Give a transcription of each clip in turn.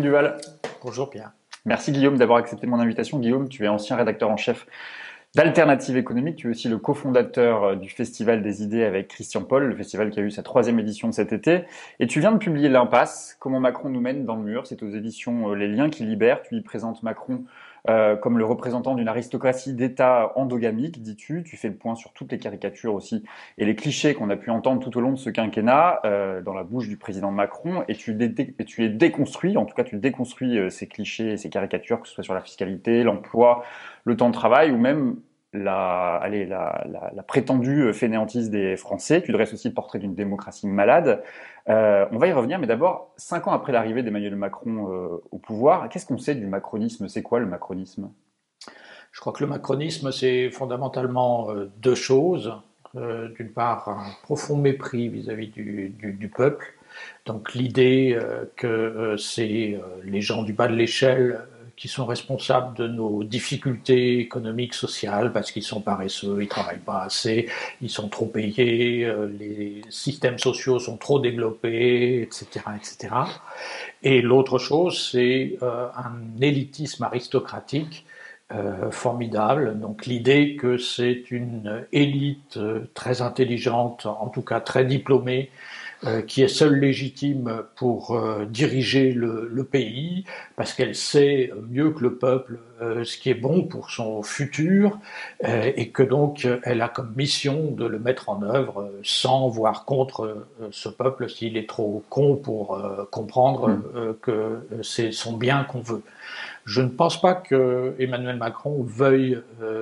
Duval. Bonjour Pierre. Merci Guillaume d'avoir accepté mon invitation. Guillaume, tu es ancien rédacteur en chef d'Alternative économique. Tu es aussi le cofondateur du Festival des idées avec Christian Paul, le festival qui a eu sa 3e édition de cet été. Et tu viens de publier L'Impasse, comment Macron nous mène dans le mur. C'est aux éditions Les Liens qui libèrent. Tu y présentes Macron comme le représentant d'une aristocratie d'État endogamique, dis-tu. Tu fais le point sur toutes les caricatures aussi et les clichés qu'on a pu entendre tout au long de ce quinquennat dans la bouche du président Macron. Et tu es déconstruit, en tout cas tu déconstruis ces clichés et ces caricatures, que ce soit sur la fiscalité, l'emploi, le temps de travail ou même la prétendue fainéantise des Français. Tu dresses aussi le portrait d'une démocratie malade. On va y revenir, mais d'abord, 5 ans après l'arrivée d'Emmanuel Macron au pouvoir, qu'est-ce qu'on sait du macronisme? C'est quoi le macronisme? Je crois que le macronisme, c'est fondamentalement deux choses. D'une part, un profond mépris vis-à-vis du peuple. Donc l'idée que c'est les gens du bas de l'échelle qui sont responsables de nos difficultés économiques, sociales, parce qu'ils sont paresseux, ils travaillent pas assez, ils sont trop payés, les systèmes sociaux sont trop développés, etc., etc. Et l'autre chose, c'est un élitisme aristocratique formidable. Donc l'idée que c'est une élite très intelligente, en tout cas très diplômée, qui est seule légitime pour diriger le pays, parce qu'elle sait mieux que le peuple ce qui est bon pour son futur, et que donc elle a comme mission de le mettre en œuvre sans voire contre ce peuple s'il est trop con pour comprendre que c'est son bien qu'on veut. Je ne pense pas que Emmanuel Macron veuille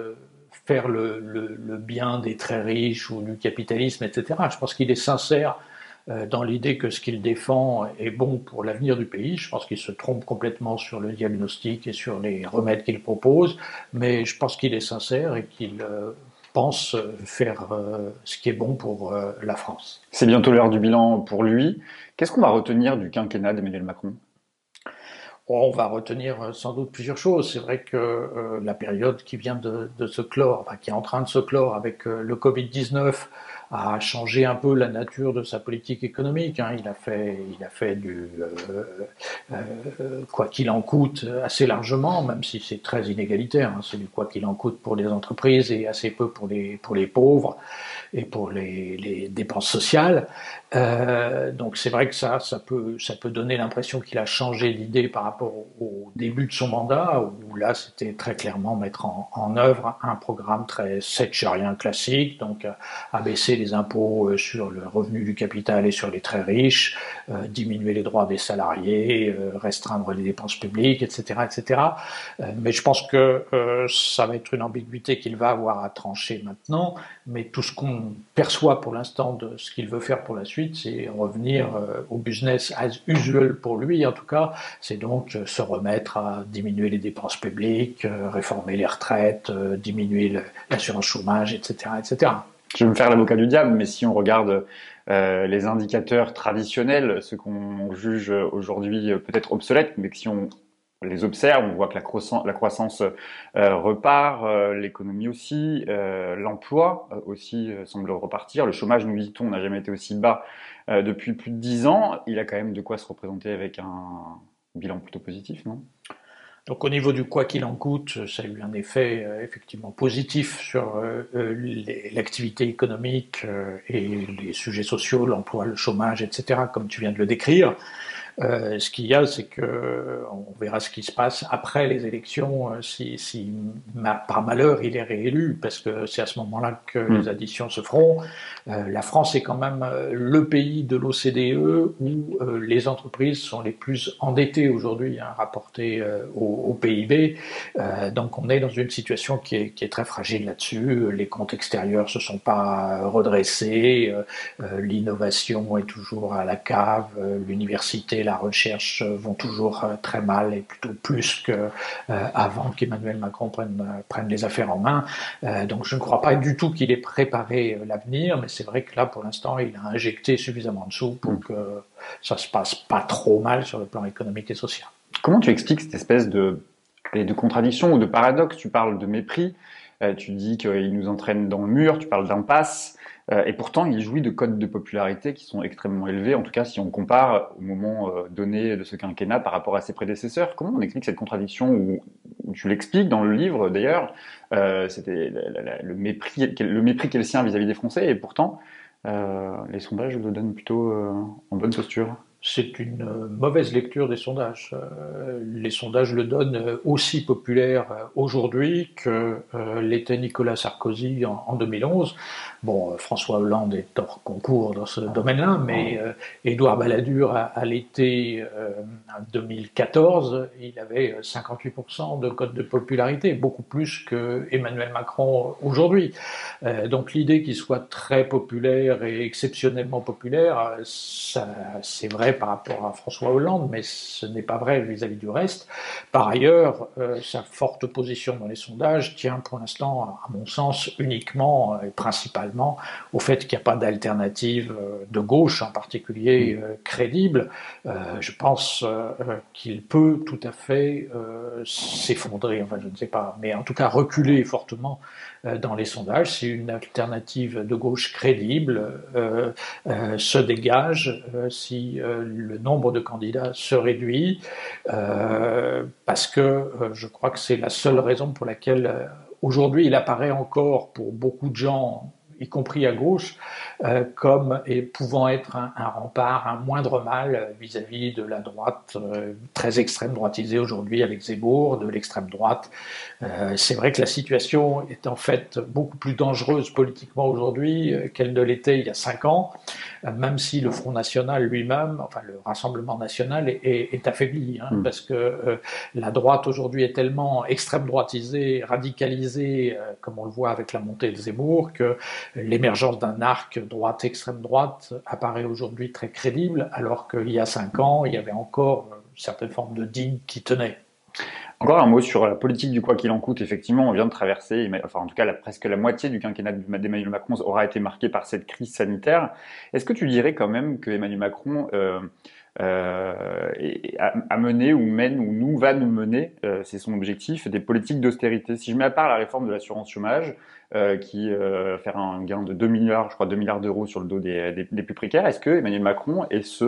faire le bien des très riches ou du capitalisme, etc. Je pense qu'il est sincère dans l'idée que ce qu'il défend est bon pour l'avenir du pays. Je pense qu'il se trompe complètement sur le diagnostic et sur les remèdes qu'il propose, mais je pense qu'il est sincère et qu'il pense faire ce qui est bon pour la France. C'est bientôt l'heure du bilan pour lui. Qu'est-ce qu'on va retenir du quinquennat d'Emmanuel Macron? On va retenir sans doute plusieurs choses. C'est vrai que la période qui vient de se clore, enfin, qui est en train de se clore avec le Covid-19, a changé un peu la nature de sa politique économique. Il a fait du quoi qu'il en coûte assez largement, même si c'est très inégalitaire. C'est du quoi qu'il en coûte pour les entreprises et assez peu pour les pauvres et pour les dépenses sociales. Donc c'est vrai que ça peut donner l'impression qu'il a changé d'idée par rapport au début de son mandat, où là c'était très clairement mettre en œuvre un programme très thatcherien classique, donc abaisser les impôts sur le revenu du capital et sur les très riches, diminuer les droits des salariés, restreindre les dépenses publiques, etc., etc. Mais je pense que ça va être une ambiguïté qu'il va avoir à trancher maintenant, mais tout ce qu'on perçoit pour l'instant de ce qu'il veut faire pour la suite, c'est revenir au business as usual pour lui, en tout cas, c'est donc se remettre à diminuer les dépenses publiques, réformer les retraites, diminuer l'assurance chômage, etc., etc. Je vais me faire l'avocat du diable, mais si on regarde les indicateurs traditionnels, ceux qu'on juge aujourd'hui peut-être obsolètes, mais que si on les observe, on voit que la croissance repart, l'économie aussi, l'emploi aussi semble repartir. Le chômage, nous dit-on, n'a jamais été aussi bas depuis plus de 10 ans. Il a quand même de quoi se représenter avec un bilan plutôt positif, non? Donc au niveau du quoi qu'il en coûte, ça a eu un effet effectivement positif sur l'activité économique et les sujets sociaux, l'emploi, le chômage, etc., comme tu viens de le décrire. Ce qu'il y a, c'est que on verra ce qui se passe après les élections, si par malheur il est réélu, parce que c'est à ce moment-là que les additions se feront. La France est quand même le pays de l'OCDE où les entreprises sont les plus endettées aujourd'hui, rapportées au PIB. Donc on est dans une situation qui est très fragile là-dessus. Les comptes extérieurs se sont pas redressés, l'innovation est toujours à la cave, l'université, la recherche vont toujours très mal et plutôt plus qu'avant qu'Emmanuel Macron prenne les affaires en main. Donc je ne crois pas du tout qu'il ait préparé l'avenir, mais c'est vrai que là, pour l'instant, il a injecté suffisamment de sous pour que ça se passe pas trop mal sur le plan économique et social. Comment tu expliques cette espèce de contradiction ou de paradoxe? Tu parles de mépris, tu dis qu'il nous entraîne dans le mur, tu parles d'impasse. Et pourtant, il jouit de codes de popularité qui sont extrêmement élevés, en tout cas si on compare au moment donné de ce quinquennat par rapport à ses prédécesseurs. Comment on explique cette contradiction, ou tu l'expliques dans le livre d'ailleurs, c'était le mépris qu'est le sien vis-à-vis des Français, et pourtant, les sondages le donnent plutôt en bonne posture. C'est une mauvaise lecture des sondages. Les sondages le donnent aussi populaire aujourd'hui que l'était Nicolas Sarkozy en 2011. Bon, François Hollande est hors concours dans ce domaine-là, mais Édouard Balladur, à l'été 2014, il avait 58% de cote de popularité, beaucoup plus que Emmanuel Macron aujourd'hui. Donc l'idée qu'il soit très populaire et exceptionnellement populaire, ça, c'est vrai par rapport à François Hollande, mais ce n'est pas vrai vis-à-vis du reste. Par ailleurs, sa forte position dans les sondages tient pour l'instant, à mon sens, uniquement et principalement au fait qu'il n'y a pas d'alternative de gauche, en particulier crédible. Je pense qu'il peut tout à fait s'effondrer, enfin je ne sais pas, mais en tout cas reculer fortement dans les sondages si une alternative de gauche crédible se dégage, si le nombre de candidats se réduit, parce que je crois que c'est la seule raison pour laquelle aujourd'hui il apparaît encore pour beaucoup de gens, y compris à gauche, comme et pouvant être un rempart, un moindre mal vis-à-vis de la droite très extrême droitisée aujourd'hui avec Zemmour, de l'extrême droite. C'est vrai que la situation est en fait beaucoup plus dangereuse politiquement aujourd'hui qu'elle ne l'était il y a 5 ans, même si le Front National lui-même, enfin le Rassemblement National est affaibli, hein, parce que la droite aujourd'hui est tellement extrême droitisée, radicalisée, comme on le voit avec la montée de Zemmour, que l'émergence d'un arc droite-extrême droite apparaît aujourd'hui très crédible, alors qu'il y a 5 ans, il y avait encore une certaine forme de digue qui tenait. Encore un mot sur la politique du quoi qu'il en coûte. Effectivement, on vient de traverser, enfin en tout cas presque la moitié du quinquennat d'Emmanuel Macron aura été marqué par cette crise sanitaire. Est-ce que tu dirais quand même que Emmanuel Macron a mené ou mène ou va nous mener, c'est son objectif, des politiques d'austérité? Si je mets à part la réforme de l'assurance chômage, qui va faire un gain de 2 milliards, je crois 2 milliards d'euros sur le dos des plus précaires, est-ce que Emmanuel Macron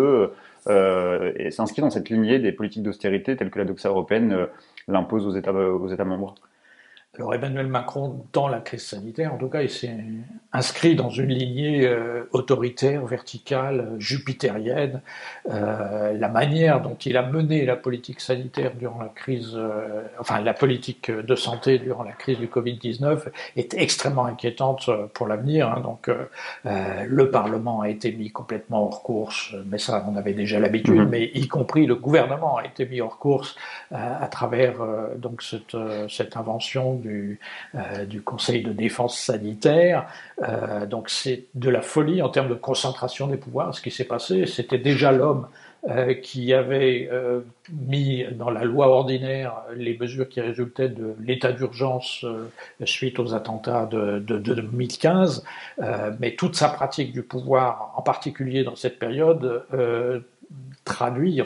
s'inscrit dans cette lignée des politiques d'austérité telles que la doxa européenne l'impose aux États membres? Alors Emmanuel Macron, dans la crise sanitaire, en tout cas, il s'est inscrit dans une lignée autoritaire, verticale, jupitérienne. La manière dont il a mené la politique sanitaire durant la crise, enfin la politique de santé durant la crise du Covid-19 est extrêmement inquiétante pour l'avenir. Hein. Donc le Parlement a été mis complètement hors course, mais ça on avait déjà l'habitude, mais y compris le gouvernement a été mis hors course à travers donc cette invention du Conseil de défense sanitaire. Donc c'est de la folie en termes de concentration des pouvoirs. Ce qui s'est passé, c'était déjà l'homme qui avait mis dans la loi ordinaire les mesures qui résultaient de l'état d'urgence suite aux attentats de 2015, mais toute sa pratique du pouvoir, en particulier dans cette période, traduit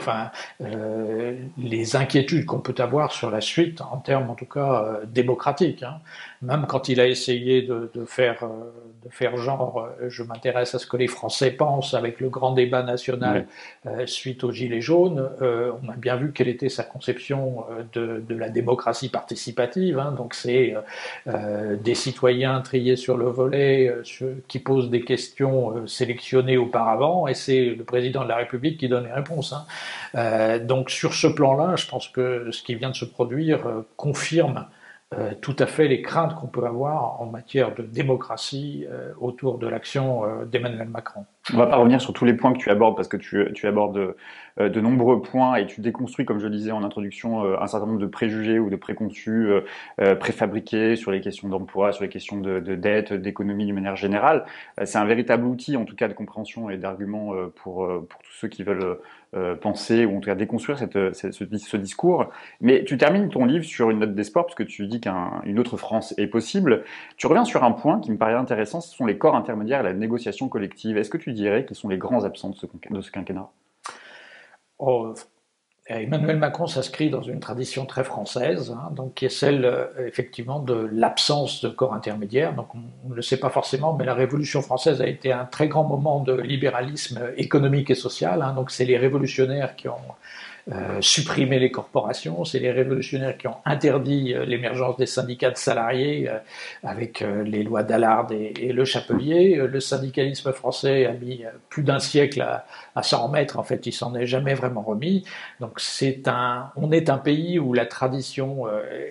les inquiétudes qu'on peut avoir sur la suite en termes en tout cas démocratiques. Hein. Même quand il a essayé de faire genre je m'intéresse à ce que les Français pensent avec le grand débat national suite aux Gilets jaunes, on a bien vu quelle était sa conception de la démocratie participative. Hein. Donc c'est des citoyens triés sur le volet qui posent des questions sélectionnées auparavant et c'est le président de la République qui donne les réponses. Hein. Donc sur ce plan-là, je pense que ce qui vient de se produire confirme tout à fait les craintes qu'on peut avoir en matière de démocratie autour de l'action d'Emmanuel Macron. On va pas revenir sur tous les points que tu abordes parce que tu abordes de nombreux points et tu déconstruis, comme je le disais en introduction, un certain nombre de préjugés ou de préconçus préfabriqués sur les questions d'emploi, sur les questions de dette, d'économie d'une manière générale. C'est un véritable outil, en tout cas, de compréhension et d'argument pour tous ceux qui veulent penser ou en tout cas déconstruire ce discours. Mais tu termines ton livre sur une note d'espoir parce que tu dis qu'une autre France est possible. Tu reviens sur un point qui me paraît intéressant, ce sont les corps intermédiaires et la négociation collective. Est-ce que tu dirais qu'ils sont les grands absents de ce quinquennat? Emmanuel Macron s'inscrit dans une tradition très française, hein, donc qui est celle effectivement de l'absence de corps intermédiaire. Donc on ne le sait pas forcément, mais la Révolution française a été un très grand moment de libéralisme économique et social. Hein, donc c'est les révolutionnaires qui ont supprimer les corporations, c'est les révolutionnaires qui ont interdit l'émergence des syndicats de salariés avec les lois d'Allard et Le Chapelier. Le syndicalisme français a mis plus d'un siècle à s'en remettre, en fait il s'en est jamais vraiment remis. Donc on est un pays où la tradition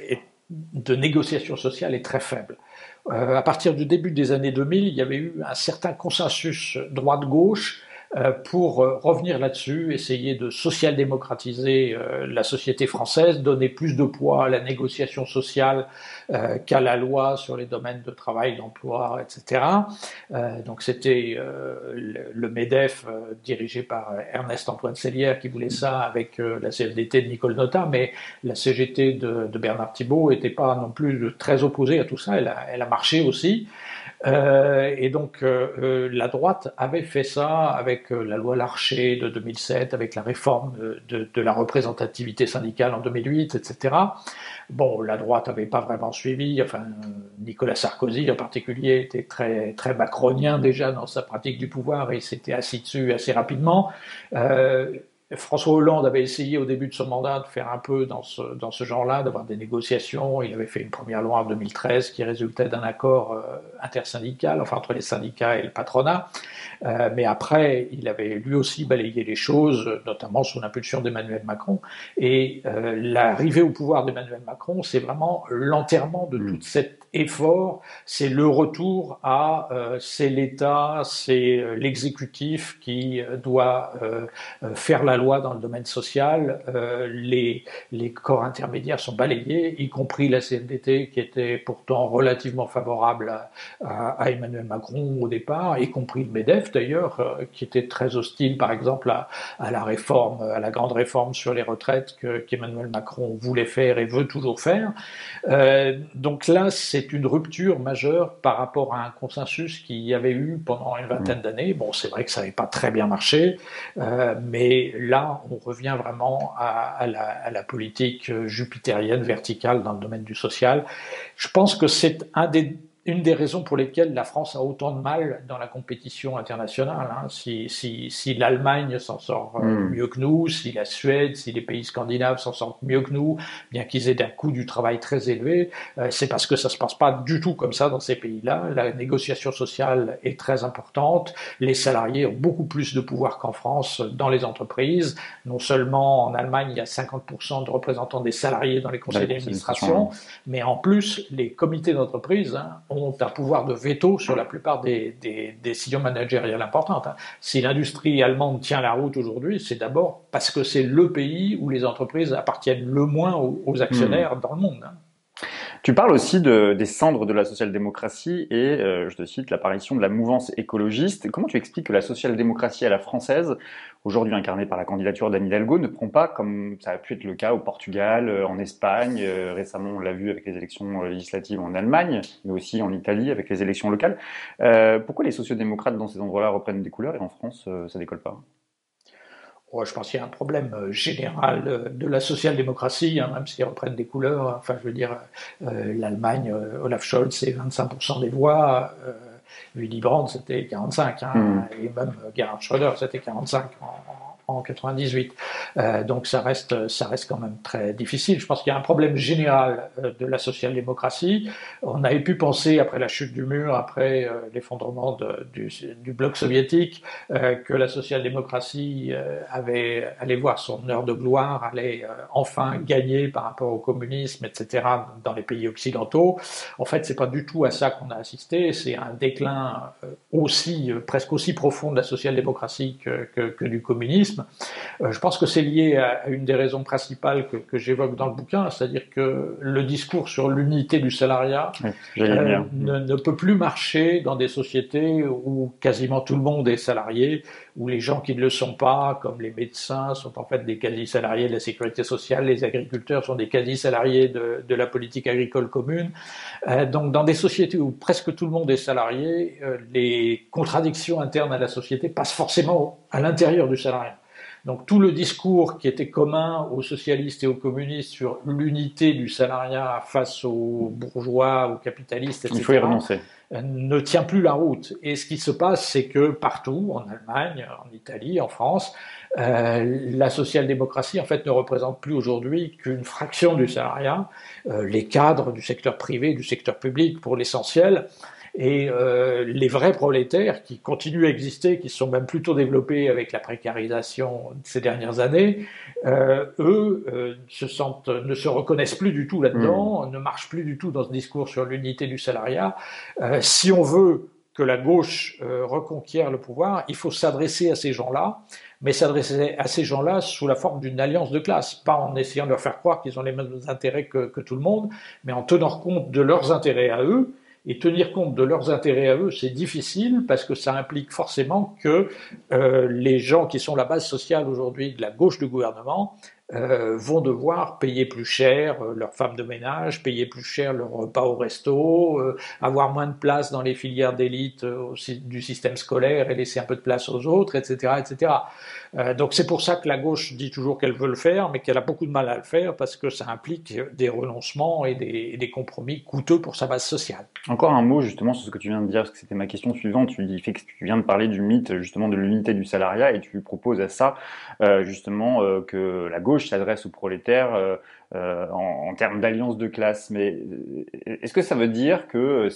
de négociation sociale est très faible. À partir du début des années 2000, il y avait eu un certain consensus droite-gauche pour revenir là-dessus, essayer de social-démocratiser la société française, donner plus de poids à la négociation sociale qu'à la loi sur les domaines de travail, d'emploi, etc. Donc c'était le MEDEF dirigé par Ernest-Antoine Seillière qui voulait ça avec la CFDT de Nicole Notat, mais la CGT de Bernard Thibault n'était pas non plus très opposée à tout ça, elle a marché aussi. Et donc la droite avait fait ça avec la loi Larcher de 2007, avec la réforme de la représentativité syndicale en 2008, etc. Bon, la droite n'avait pas vraiment suivi. Enfin, Nicolas Sarkozy en particulier était très très macronien déjà dans sa pratique du pouvoir et s'était assis dessus assez rapidement. François Hollande avait essayé au début de son mandat de faire un peu dans ce genre-là, d'avoir des négociations. Il avait fait une première loi en 2013 qui résultait d'un accord intersyndical, enfin entre les syndicats et le patronat. Mais après, il avait lui aussi balayé les choses, notamment sous l'impulsion d'Emmanuel Macron. Et l'arrivée au pouvoir d'Emmanuel Macron, c'est vraiment l'enterrement de tout cet effort, c'est le retour à c'est l'État, c'est l'exécutif qui doit faire la loi dans le domaine social. Les corps intermédiaires sont balayés, y compris la CFDT qui était pourtant relativement favorable à Emmanuel Macron au départ, y compris le MEDEF d'ailleurs, qui était très hostile par exemple à la réforme, à la grande réforme sur les retraites qu'Emmanuel Macron voulait faire et veut toujours faire. Donc là, c'est une rupture majeure par rapport à un consensus qu'il y avait eu pendant une vingtaine d'années. Bon, c'est vrai que ça n'avait pas très bien marché, mais là, on revient vraiment à la politique jupitérienne, verticale dans le domaine du social. Je pense que c'est une des raisons pour lesquelles la France a autant de mal dans la compétition internationale. Hein. Si l'Allemagne s'en sort mieux que nous, si la Suède, si les pays scandinaves s'en sortent mieux que nous, bien qu'ils aient un coût du travail très élevé, c'est parce que ça se passe pas du tout comme ça dans ces pays-là. La négociation sociale est très importante. Les salariés ont beaucoup plus de pouvoir qu'en France dans les entreprises. Non seulement en Allemagne, il y a 50% de représentants des salariés dans les conseils d'administration, mais en plus, les comités d'entreprise ont un pouvoir de veto sur la plupart des décisions managériales importantes. Si l'industrie allemande tient la route aujourd'hui, c'est d'abord parce que c'est le pays où les entreprises appartiennent le moins aux actionnaires dans le monde. Tu parles aussi des cendres de la social-démocratie et, je te cite, l'apparition de la mouvance écologiste. Comment tu expliques que la social-démocratie à la française, aujourd'hui incarnée par la candidature d'Anne Hidalgo, ne prend pas, comme ça a pu être le cas au Portugal, en Espagne, récemment on l'a vu avec les élections législatives en Allemagne, mais aussi en Italie avec les élections locales. Pourquoi les sociodémocrates dans ces endroits-là reprennent des couleurs et en France, ça décolle pas ? Je pense qu'il y a un problème général de la social-démocratie, même s'ils reprennent des couleurs. Enfin, je veux dire, l'Allemagne, Olaf Scholz, c'est 25% des voix. Willy Brandt, c'était 45, et même Gerhard Schröder, c'était 45 en 98. Donc ça reste quand même très difficile. Je pense qu'il y a un problème général de la social-démocratie. On avait pu penser, après la chute du mur, après l'effondrement du bloc soviétique, que la social-démocratie allait voir son heure de gloire, allait enfin gagner par rapport au communisme, etc., dans les pays occidentaux. En fait, c'est pas du tout à ça qu'on a assisté. C'est un déclin presque aussi profond de la social-démocratie que du communisme. Je pense que c'est lié à une des raisons principales que j'évoque dans le bouquin, c'est-à-dire que le discours sur l'unité du salariat ne peut plus marcher dans des sociétés où quasiment tout le monde est salarié, où les gens qui ne le sont pas, comme les médecins, sont en fait des quasi-salariés de la sécurité sociale, les agriculteurs sont des quasi-salariés de la politique agricole commune. Donc dans des sociétés où presque tout le monde est salarié, les contradictions internes à la société passent forcément à l'intérieur du salariat. Donc tout le discours qui était commun aux socialistes et aux communistes sur l'unité du salariat face aux bourgeois, aux capitalistes, etc. Il faut y renoncer. Ne tient plus la route. Et ce qui se passe, c'est que partout, en Allemagne, en Italie, en France, la social-démocratie, en fait, ne représente plus aujourd'hui qu'une fraction du salariat, les cadres du secteur privé, du secteur public, pour l'essentiel. Et les vrais prolétaires qui continuent à exister, qui se sont même plutôt développés avec la précarisation de ces dernières années, eux ne se reconnaissent plus du tout là-dedans, ne marchent plus du tout dans ce discours sur l'unité du salariat. Si on veut que la gauche reconquiert le pouvoir, il faut s'adresser à ces gens-là, mais s'adresser à ces gens-là sous la forme d'une alliance de classe, pas en essayant de leur faire croire qu'ils ont les mêmes intérêts que tout le monde, mais en tenant compte de leurs intérêts à eux. Et tenir compte de leurs intérêts à eux, c'est difficile parce que ça implique forcément que les gens qui sont la base sociale aujourd'hui de la gauche du gouvernement vont devoir payer plus cher leurs femmes de ménage, payer plus cher leur repas au resto, avoir moins de place dans les filières d'élite du système scolaire et laisser un peu de place aux autres, etc., etc. Donc c'est pour ça que la gauche dit toujours qu'elle veut le faire, mais qu'elle a beaucoup de mal à le faire parce que ça implique des renoncements et des compromis coûteux pour sa base sociale. Encore un mot justement sur ce que tu viens de dire, parce que c'était ma question suivante. Tu viens de parler du mythe justement de l'unité du salariat et tu proposes à ça justement que la gauche s'adresse aux prolétaires en termes d'alliance de classe. Mais est-ce que ça veut dire que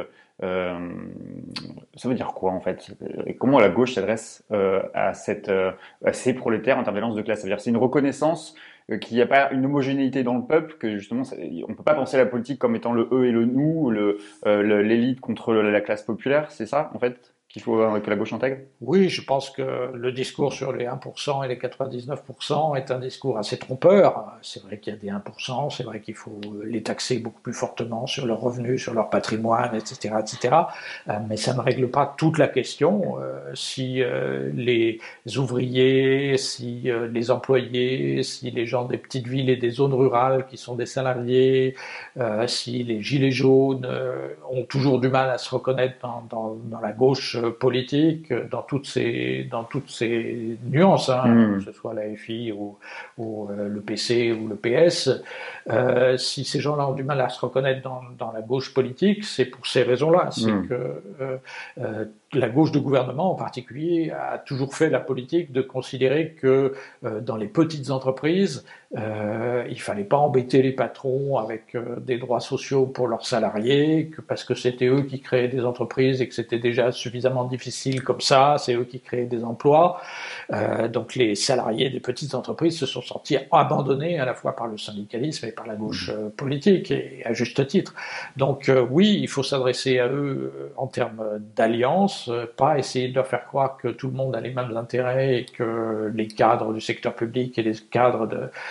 ça veut dire quoi en fait? Et comment la gauche s'adresse à ces prolétaires en termes d'alliance de classe? Ça veut dire que c'est une reconnaissance qu'il n'y a pas une homogénéité dans le peuple, que justement on peut pas penser la politique comme étant le eux et le nous, l'élite contre la classe populaire, c'est ça en fait qu'il faut que la gauche intègre? Oui, je pense que le discours sur les 1% et les 99% est un discours assez trompeur. C'est vrai qu'il y a des 1%, c'est vrai qu'il faut les taxer beaucoup plus fortement sur leurs revenus, sur leur patrimoine, etc., etc. Mais ça ne règle pas toute la question. Si les ouvriers, si les employés, si les gens des petites villes et des zones rurales qui sont des salariés, si les gilets jaunes ont toujours du mal à se reconnaître dans la gauche politique, dans toutes ces nuances, que ce soit la FI ou le PC ou le PS, si ces gens-là ont du mal à se reconnaître dans la gauche politique, c'est pour ces raisons-là. C'est que la gauche de gouvernement en particulier a toujours fait la politique de considérer que dans les petites entreprises, il fallait pas embêter les patrons avec des droits sociaux pour leurs salariés, parce que c'était eux qui créaient des entreprises et que c'était déjà suffisamment difficile comme ça, c'est eux qui créaient des emplois. Donc les salariés des petites entreprises se sont sentis abandonnés à la fois par le syndicalisme et par la gauche politique, et à juste titre. Donc oui, il faut s'adresser à eux en termes d'alliance, pas essayer de leur faire croire que tout le monde a les mêmes intérêts et que les cadres du secteur public et les cadres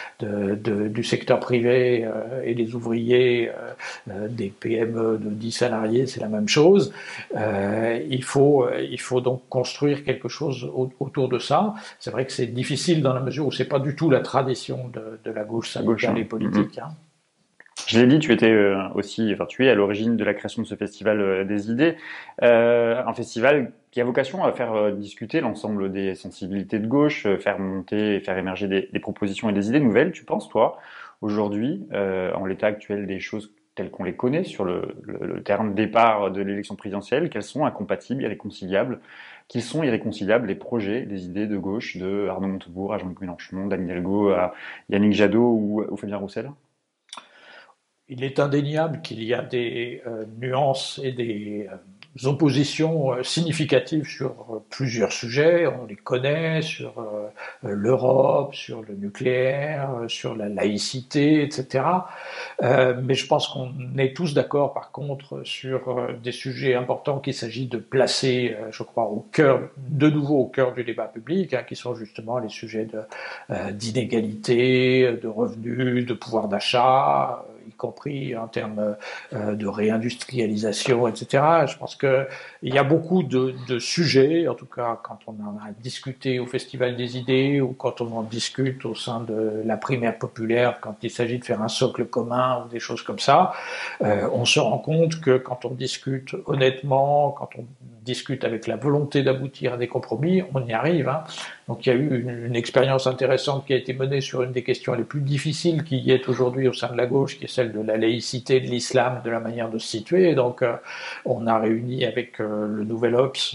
du secteur privé et les ouvriers des PME de 10 salariés, c'est la même chose. Il faut donc construire quelque chose autour de ça. C'est vrai que c'est difficile dans la mesure où c'est pas du tout la tradition de la gauche syndicale et politique. Je l'ai dit, tu étais tu es à l'origine de la création de ce festival des idées, un festival qui a vocation à faire discuter l'ensemble des sensibilités de gauche, faire monter et faire émerger des propositions et des idées nouvelles. Tu penses, toi, aujourd'hui, en l'état actuel des choses telles qu'on les connaît, sur le terrain de départ de l'élection présidentielle, quels sont incompatibles, irréconciliables? Qu'ils sont irréconciliables les projets, les idées de gauche de Arnaud Montebourg à Jean-Luc Mélenchon, d'Anne Hidalgo à Yannick Jadot ou Fabien Roussel? Il est indéniable qu'il y a des nuances et des oppositions significatives sur plusieurs sujets. On les connaît, sur l'Europe, sur le nucléaire, sur la laïcité, etc. Mais je pense qu'on est tous d'accord, par contre, sur des sujets importants qu'il s'agit de placer, je crois, de nouveau au cœur du débat public, qui sont justement les sujets d'inégalité, de revenus, de pouvoir d'achat, y compris en termes de réindustrialisation, etc. Je pense qu'il y a beaucoup de sujets, en tout cas quand on en a discuté au Festival des idées ou quand on en discute au sein de la primaire populaire, quand il s'agit de faire un socle commun ou des choses comme ça, on se rend compte que quand on discute honnêtement, quand on discute avec la volonté d'aboutir à des compromis, on y arrive. Hein. Donc il y a eu une expérience intéressante qui a été menée sur une des questions les plus difficiles qui y est aujourd'hui au sein de la gauche, qui est celle de la laïcité, de l'islam, de la manière de se situer. Donc on a réuni avec le Nouvel Obs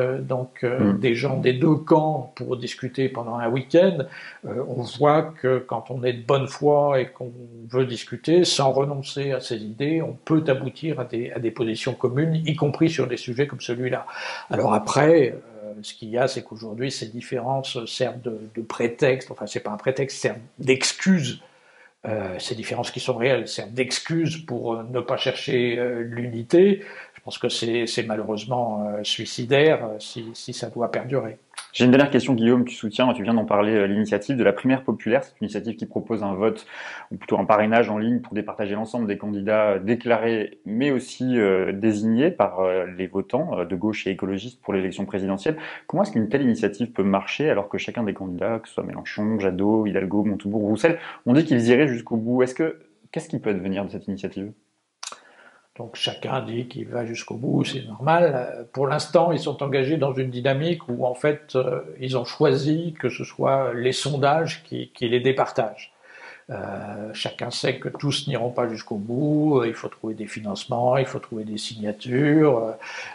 des gens des deux camps pour discuter pendant un week-end. On voit que quand on est de bonne foi et qu'on veut discuter, sans renoncer à ses idées, on peut aboutir à des positions communes, y compris sur des sujets comme celui-là. Alors après, ce qu'il y a, c'est qu'aujourd'hui, ces différences servent de prétexte, enfin, c'est pas un prétexte, servent d'excuse. Ces différences qui sont réelles servent d'excuse pour ne pas chercher l'unité. Je pense que c'est malheureusement suicidaire si ça doit perdurer. J'ai une dernière question, Guillaume. Tu soutiens, tu viens d'en parler, l'initiative de la primaire populaire. C'est une initiative qui propose un vote, ou plutôt un parrainage en ligne pour départager l'ensemble des candidats déclarés, mais aussi désignés par les votants de gauche et écologistes pour l'élection présidentielle. Comment est-ce qu'une telle initiative peut marcher alors que chacun des candidats, que ce soit Mélenchon, Jadot, Hidalgo, Montebourg, Roussel, on dit qu'ils iraient jusqu'au bout. Qu'est-ce qui peut advenir de cette initiative? Donc chacun dit qu'il va jusqu'au bout, c'est normal. Pour l'instant, ils sont engagés dans une dynamique où en fait, ils ont choisi que ce soit les sondages qui les départagent. Chacun sait que tous n'iront pas jusqu'au bout, il faut trouver des financements, il faut trouver des signatures,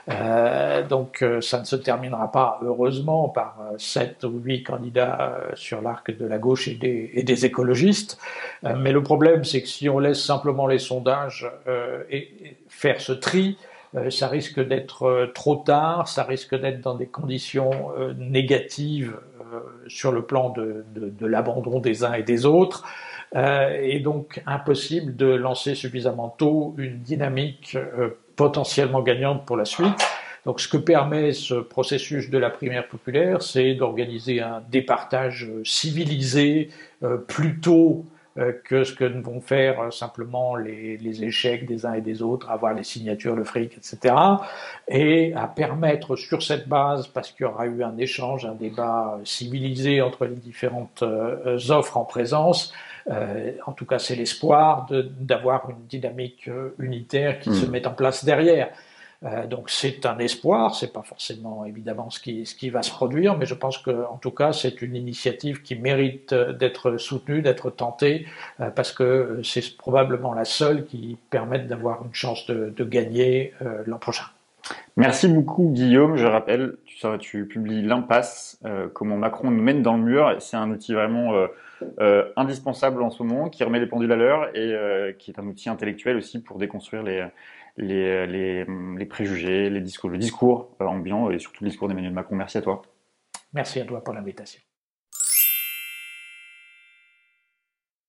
donc ça ne se terminera pas heureusement par 7 ou 8 candidats sur l'arc de la gauche et des écologistes, mais le problème c'est que si on laisse simplement les sondages et faire ce tri, ça risque d'être trop tard, ça risque d'être dans des conditions négatives sur le plan de l'abandon des uns et des autres, et donc impossible de lancer suffisamment tôt une dynamique potentiellement gagnante pour la suite. Donc ce que permet ce processus de la primaire populaire, c'est d'organiser un départage civilisé plus tôt que ce que vont faire simplement les échecs des uns et des autres, avoir les signatures, le fric, etc. Et à permettre sur cette base, parce qu'il y aura eu un échange, un débat civilisé entre les différentes offres en présence, en tout cas c'est l'espoir d'avoir une dynamique unitaire qui se mette en place derrière. Donc c'est un espoir, c'est pas forcément évidemment ce qui va se produire, mais je pense que en tout cas c'est une initiative qui mérite d'être soutenue, d'être tentée, parce que c'est probablement la seule qui permette d'avoir une chance de gagner l'an prochain. Merci beaucoup, Guillaume. Je rappelle, tu publies L'Impasse, comment Macron nous mène dans le mur. C'est un outil vraiment indispensable en ce moment, qui remet les pendules à l'heure et qui est un outil intellectuel aussi pour déconstruire les préjugés, le discours ambiant et surtout le discours d'Emmanuel Macron. Merci à toi. Merci à toi pour l'invitation.